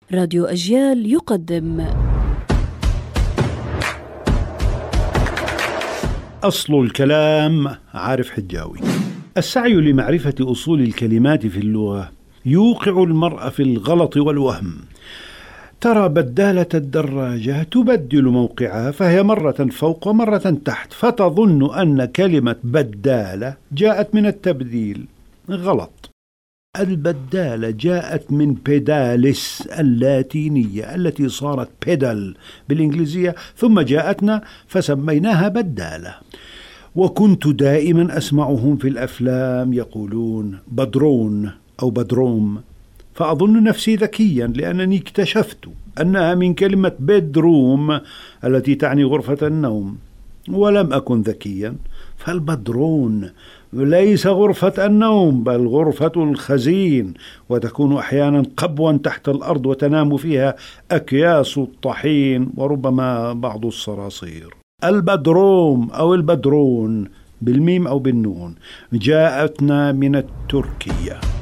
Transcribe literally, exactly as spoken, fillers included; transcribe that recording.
راديو أجيال يقدم أصل الكلام. عارف حجاوي. السعي لمعرفة أصول الكلمات في اللغة يوقع المرء في الغلط والوهم. ترى بدالة الدراجة تبدل موقعها، فهي مرة فوق ومرة تحت، فتظن أن كلمة بدالة جاءت من التبديل. غلط. البدالة جاءت من بيدالس اللاتينية التي صارت بيدال بالإنجليزية، ثم جاءتنا فسميناها بدالة. وكنت دائما أسمعهم في الأفلام يقولون بدرون أو بدروم، فأظن نفسي ذكيا لأنني اكتشفت أنها من كلمة بدروم التي تعني غرفة النوم، ولم أكن ذكيا، فالبدرون ليس غرفة النوم بل غرفة الخزين، وتكون أحيانا قبوا تحت الأرض وتنام فيها أكياس الطحين وربما بعض الصراصير. البدروم أو البدرون بالميم أو بالنون جاءتنا من التركية.